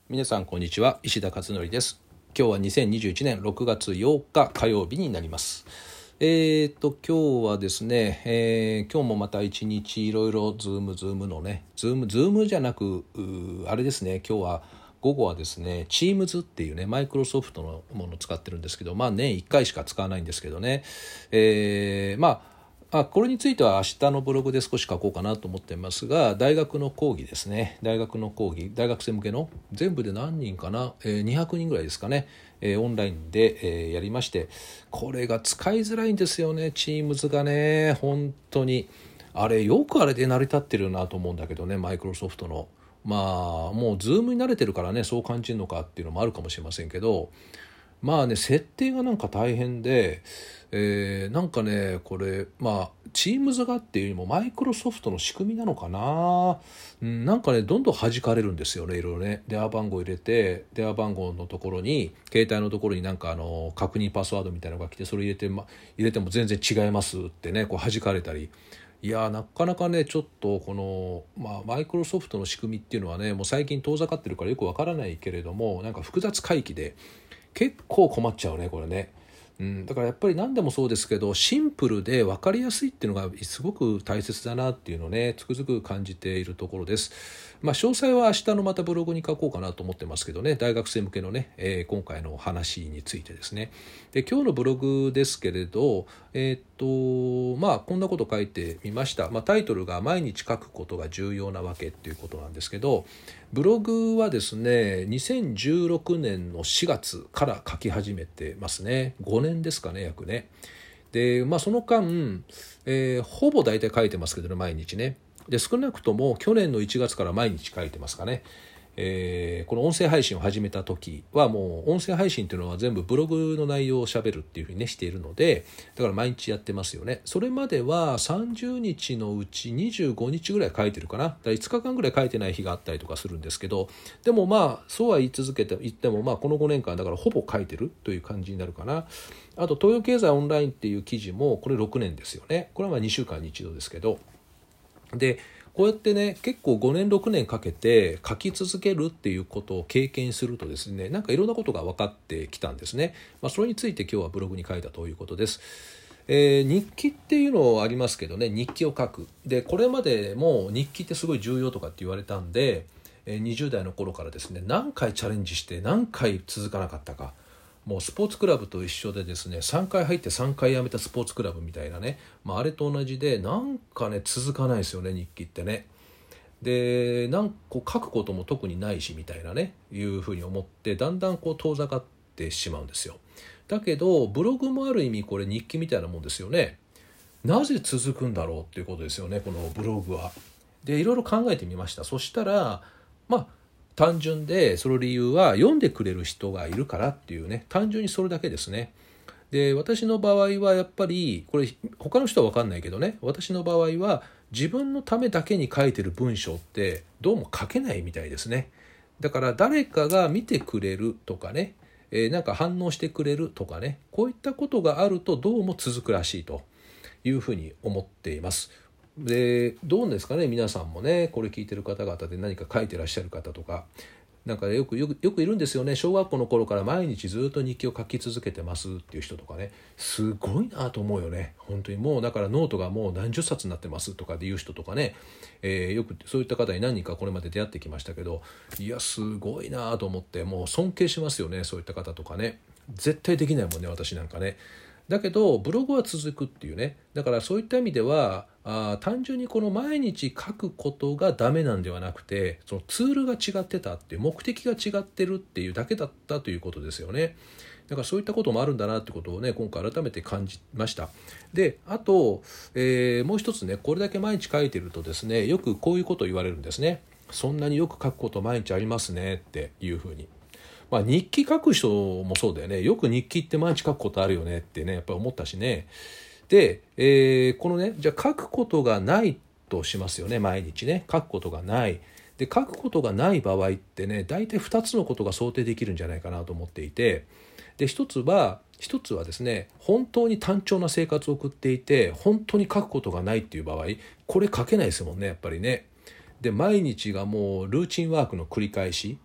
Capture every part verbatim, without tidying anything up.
皆さんこんにちは、石田勝則です。今日はにせんにじゅういちねんろくがつようか火曜日になります。えー、っと今日はですね、えー、今日もまた一日いろいろズームズームのねズームズームじゃなくあれですね、今日は午後はですね Teams っていうねマイクロソフトのものを使ってるんですけど、まあ年いっかいしか使わないんですけどね、えー、まああこれについては明日のブログで少し書こうかなと思っていますが、大学の講義ですね、大学の講義、大学生向けの全部で何人かな、えー、にひゃくにんぐらいですかね、えー、オンラインで、えー、やりまして、これが使いづらいんですよね、Teams がね。本当にあれよくあれで成り立ってるなと思うんだけどね、マイクロソフトの。まあもう Zoom に慣れてるからねそう感じるのかっていうのもあるかもしれませんけど、まあね設定がなんか大変で、えー、なんかねこれまあ Teams がっていうよりもマイクロソフトの仕組みなのかな、うん、なんかねどんどん弾かれるんですよね、いろいろね。電話番号入れて電話番号のところに携帯のところになんかあの確認パスワードみたいなのが来て、それ入れて、ま、入れても全然違いますってねこう弾かれたり、いやなかなかねちょっとこの、まあ、マイクロソフトの仕組みっていうのはねもう最近遠ざかってるからよくわからないけれども、なんか複雑回帰で結構困っちゃうねこれね。うん、だからやっぱり何でもそうですけどシンプルで分かりやすいっていうのがすごく大切だなっていうのをねつくづく感じているところです。まあ詳細は明日のまたブログに書こうかなと思ってますけどね、大学生向けのね、えー、今回の話についてですね。で今日のブログですけれど、えー、っとまあこんなこと書いてみました。まあ、タイトルが毎日書くことが重要なわけっていうことなんですけど、ブログはですねにせんじゅうろくねんのしがつから書き始めてますね。ごねんですかね約ね。でまあその間、えー、ほぼ大体書いてますけどね毎日ね。で少なくとも去年のいちがつから毎日書いてますかね。えー、この音声配信を始めた時はもう音声配信っていうのは全部ブログの内容をしゃべるっていうふうにねしているので、だから毎日やってますよね。それまではさんじゅうにちのうちにじゅうごにちぐらい書いてるかな。だからいつかかんぐらい書いてない日があったりとかするんですけど、でもまあそうは言い続けて言ってもまあこのごねんかんだからほぼ書いてるという感じになるかな。あと東洋経済オンラインっていう記事もこれろくねんですよね。これはまあにしゅうかんに一度ですけど、でこうやってね結構ごねんろくねんかけて書き続けるっていうことを経験するとですね、なんかいろんなことが分かってきたんですね。まあ、それについて今日はブログに書いたということです。えー、日記っていうのありますけどね、日記を書く。でこれまでも日記ってすごい重要とかって言われたんで、えー、にじゅう代の頃からですね何回チャレンジして何回続かなかったか、もうスポーツクラブと一緒でですねさんかい入ってさんかい辞めたスポーツクラブみたいなね、まあ、あれと同じでなんかね続かないですよね日記ってね。でなんかこう書くことも特にないしみたいなねいうふうに思ってだんだんこう遠ざかってしまうんですよ。だけどブログもある意味これ日記みたいなもんですよね。なぜ続くんだろうっていうことですよねこのブログは。でいろいろ考えてみました。そしたらまあ単純でその理由は読んでくれる人がいるからっていうね、単純にそれだけですね。で私の場合はやっぱりこれ他の人は分かんないけどね、私の場合は自分のためだけに書いてる文章ってどうも書けないみたいですね。だから誰かが見てくれるとかね、えー、なんか反応してくれるとかね、こういったことがあるとどうも続くらしいというふうに思っています。でどうですかね皆さんもね、これ聞いてる方々で何か書いてらっしゃる方とか、なんかよくよくよくいるんですよね。小学校の頃から毎日ずっと日記を書き続けてますっていう人とかね、すごいなと思うよね本当に。もうだからノートがもう何十冊になってますとかでいう人とかね、えー、よくそういった方に何人かこれまで出会ってきましたけど、いやすごいなと思って、もう尊敬しますよねそういった方とかね。絶対できないもんね私なんかね。だけどブログは続くっていうね。だからそういった意味ではあ単純にこの毎日書くことがダメなんではなくて、そのツールが違ってたっていう目的が違ってるっていうだけだったということですよね。だからそういったこともあるんだなってことをね今回改めて感じました。であと、えー、もう一つね、これだけ毎日書いてるとですねよくこういうことを言われるんですね。そんなによく書くこと毎日ありますねっていうふうに。まあ、日記書く人もそうだよね。よく日記って毎日書くことあるよねってねやっぱり思ったしね。で、えー、このねじゃあ書くことがないとしますよね。毎日ね書くことがない。で書くことがない場合ってね大体ふたつのことが想定できるんじゃないかなと思っていて、で一つは一つはですね本当に単調な生活を送っていて本当に書くことがないっていう場合、これ書けないですもんねやっぱりね。で毎日がもうルーチンワークの繰り返し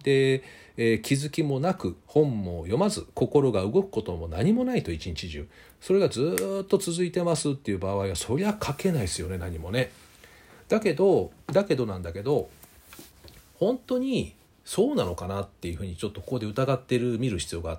で、えー、気づきもなく本も読まず心が動くことも何もないと一日中それがずっと続いてますっていう場合はそりゃ書けないですよね、何もね。だけどだけどなんだけど本当にそうなのかなっていうふうにちょっとここで疑ってる見る必要があって、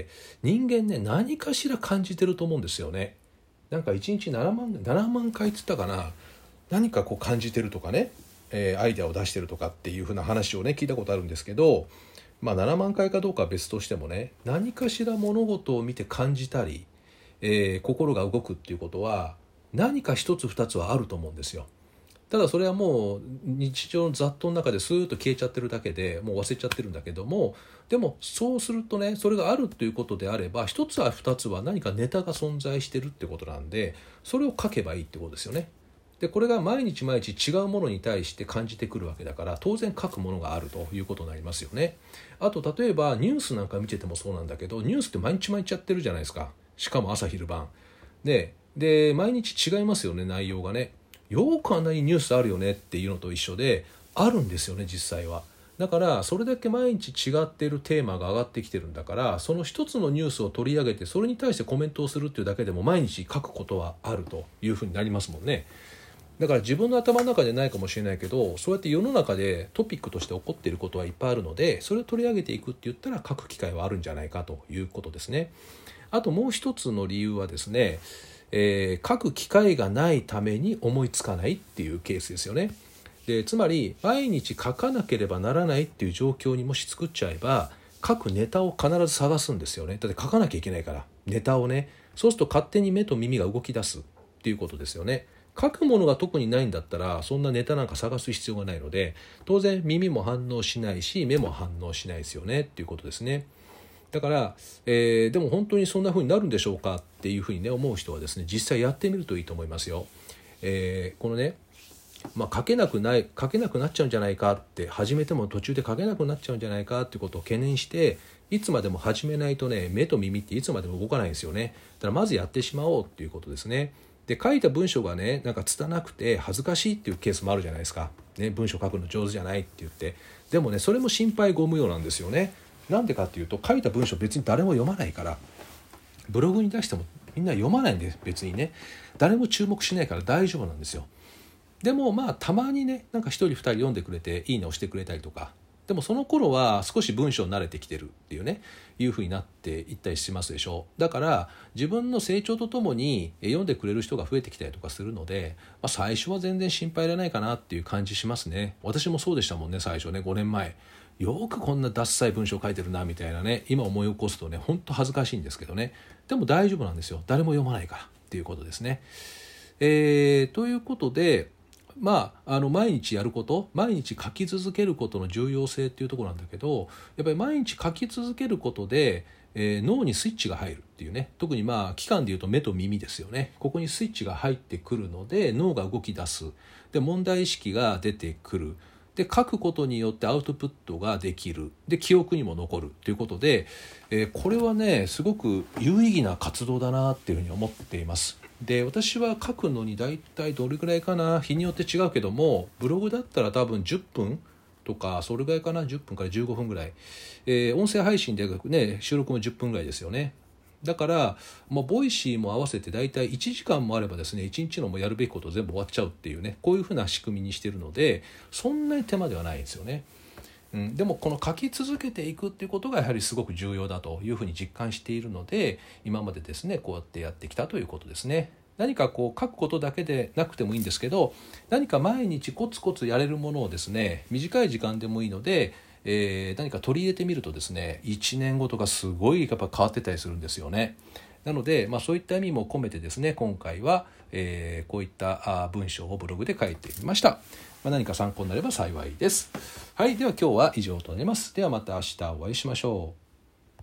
人間ね何かしら感じてると思うんですよね。なんかいちにちななまんななまん回って言ったかな、何かこう感じてるとかね、えー、アイデアを出してるとかっていうふうな話をね聞いたことあるんですけど、まあななまん回かどうかは別としてもね、何かしら物事を見て感じたり、えー、心が動くっていうことは何か一つ二つはあると思うんですよ。ただそれはもう日常の雑踏の中でスーッと消えちゃってるだけでもう忘れちゃってるんだけども、でもそうするとね、それがあるということであれば一つは二つは何かネタが存在してるってことなんで、それを書けばいいってことですよね。でこれが毎日毎日違うものに対して感じてくるわけだから当然書くものがあるということになりますよね。あと例えばニュースなんか見ててもそうなんだけど、ニュースって毎日毎日やってるじゃないですか。しかも朝昼晩でで毎日違いますよね、内容がね。よくあんなにニュースあるよねっていうのと一緒であるんですよね、実際は。だからそれだけ毎日違っているテーマが上がってきてるんだから、その一つのニュースを取り上げてそれに対してコメントをするっていうだけでも毎日書くことはあるというふうになりますもんね。だから自分の頭の中でないかもしれないけど、そうやって世の中でトピックとして起こっていることはいっぱいあるので、それを取り上げていくって言ったら書く機会はあるんじゃないかということですね。あともう一つの理由はですね、えー、書く機会がないために思いつかないっていうケースですよね。でつまり毎日書かなければならないっていう状況にもし作っちゃえば、書くネタを必ず探すんですよね。だって書かなきゃいけないからネタをね。そうすると勝手に目と耳が動き出すっていうことですよね。書くものが特にないんだったらそんなネタなんか探す必要がないので、当然耳も反応しないし目も反応しないですよねっていうことですね。だから、えー、でも本当にそんな風になるんでしょうかっていう風にね思う人はですね、実際やってみるといいと思いますよ。えー、このね、まあ、書けなくない書けなくなっちゃうんじゃないかって、始めても途中で書けなくなっちゃうんじゃないかっていうことを懸念していつまでも始めないとね、目と耳っていつまでも動かないんですよね。だからまずやってしまおうっていうことですね。で書いた文章がねなんか拙くて恥ずかしいっていうケースもあるじゃないですか、ね、文章書くの上手じゃないって言って。でもねそれも心配ご無用なんですよね。なんでかっていうと、書いた文章別に誰も読まないから、ブログに出してもみんな読まないんで別にね、誰も注目しないから大丈夫なんですよ。でもまあたまにねなんか一人二人読んでくれていいね押してくれたりとか、でもその頃は少し文章慣れてきてるっていうねいう風になっていったりしますでしょう。だから自分の成長とともに読んでくれる人が増えてきたりとかするので、まあ、最初は全然心配いらないかなっていう感じしますね。私もそうでしたもんね、最初ね。ごねんまえよくこんなダッサい文章書いてるなみたいなね、今思い起こすとね本当恥ずかしいんですけどね。でも大丈夫なんですよ、誰も読まないからっていうことですね。えー、ということでまあ、あの毎日やること、毎日書き続けることの重要性っていうところなんだけど、やっぱり毎日書き続けることで、えー、脳にスイッチが入るっていうね、特にまあ期間でいうと目と耳ですよね。ここにスイッチが入ってくるので脳が動き出す。で問題意識が出てくる。で書くことによってアウトプットができる。で記憶にも残るということで、えー、これはねすごく有意義な活動だなっていうふうに思っています。で私は書くのにだいたいどれぐらいかな、日によって違うけども、ブログだったら多分じゅっぷんとかそれぐらいかな、じゅっぷんからじゅうごふんぐらい、えー、音声配信で、ね、収録もじゅっぷんぐらいですよね。だから、まあ、ボイシーも合わせてだいたいいちじかんもあればですね、いちにちのもやるべきこと全部終わっちゃうっていうね、こういうふうな仕組みにしているのでそんなに手間ではないんですよね。うん、でもこの書き続けていくっていうことがやはりすごく重要だというふうに実感しているので、今までですねこうやってやってきたということですね。何かこう書くことだけでなくてもいいんですけど、何か毎日コツコツやれるものをですね、短い時間でもいいので、えー、何か取り入れてみるとですね、いちねんごとかすごいやっぱ変わってたりするんですよね。なので、まあ、そういった意味も込めてですね、今回は、えー、こういった文章をブログで書いてみました。まあ、何か参考になれば幸いです。はい、では今日は以上となります。ではまた明日お会いしましょう。